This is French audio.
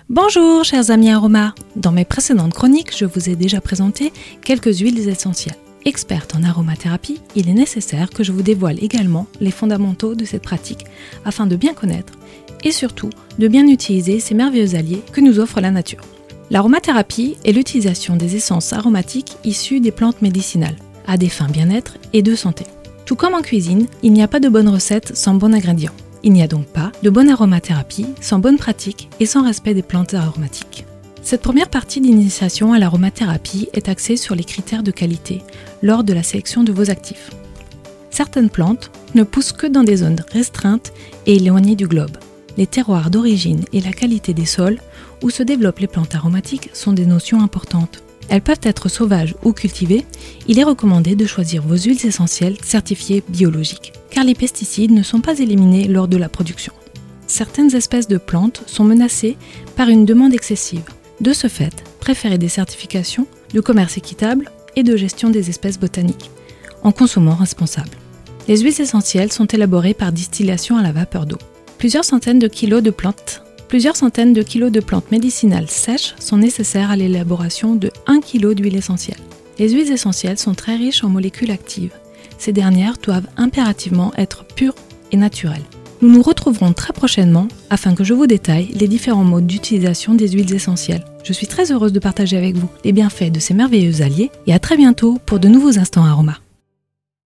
Bonjour chers amis aromas. Dans mes précédentes chroniques, je vous ai déjà présenté quelques huiles essentielles. Experte en aromathérapie, il est nécessaire que je vous dévoile également les fondamentaux de cette pratique afin de bien connaître et surtout de bien utiliser ces merveilleux alliés que nous offre la nature. L'aromathérapie est l'utilisation des essences aromatiques issues des plantes médicinales à des fins bien-être et de santé. Tout comme en cuisine, il n'y a pas de bonne recette sans bon ingrédient. Il n'y a donc pas de bonne aromathérapie sans bonne pratique et sans respect des plantes aromatiques. Cette première partie d'initiation à l'aromathérapie est axée sur les critères de qualité lors de la sélection de vos actifs. Certaines plantes ne poussent que dans des zones restreintes et éloignées du globe. Les terroirs d'origine et la qualité des sols où se développent les plantes aromatiques sont des notions importantes. Elles peuvent être sauvages ou cultivées, il est recommandé de choisir vos huiles essentielles certifiées biologiques, car les pesticides ne sont pas éliminés lors de la production. Certaines espèces de plantes sont menacées par une demande excessive. De ce fait, préférez des certifications de commerce équitable et de gestion des espèces botaniques, en consommant responsable. Les huiles essentielles sont élaborées par distillation à la vapeur d'eau. Plusieurs centaines de kilos de plantes médicinales sèches sont nécessaires à l'élaboration de 1 kg d'huile essentielle. Les huiles essentielles sont très riches en molécules actives. Ces dernières doivent impérativement être pures et naturelles. Nous nous retrouverons très prochainement afin que je vous détaille les différents modes d'utilisation des huiles essentielles. Je suis très heureuse de partager avec vous les bienfaits de ces merveilleux alliés et à très bientôt pour de nouveaux instants aromas.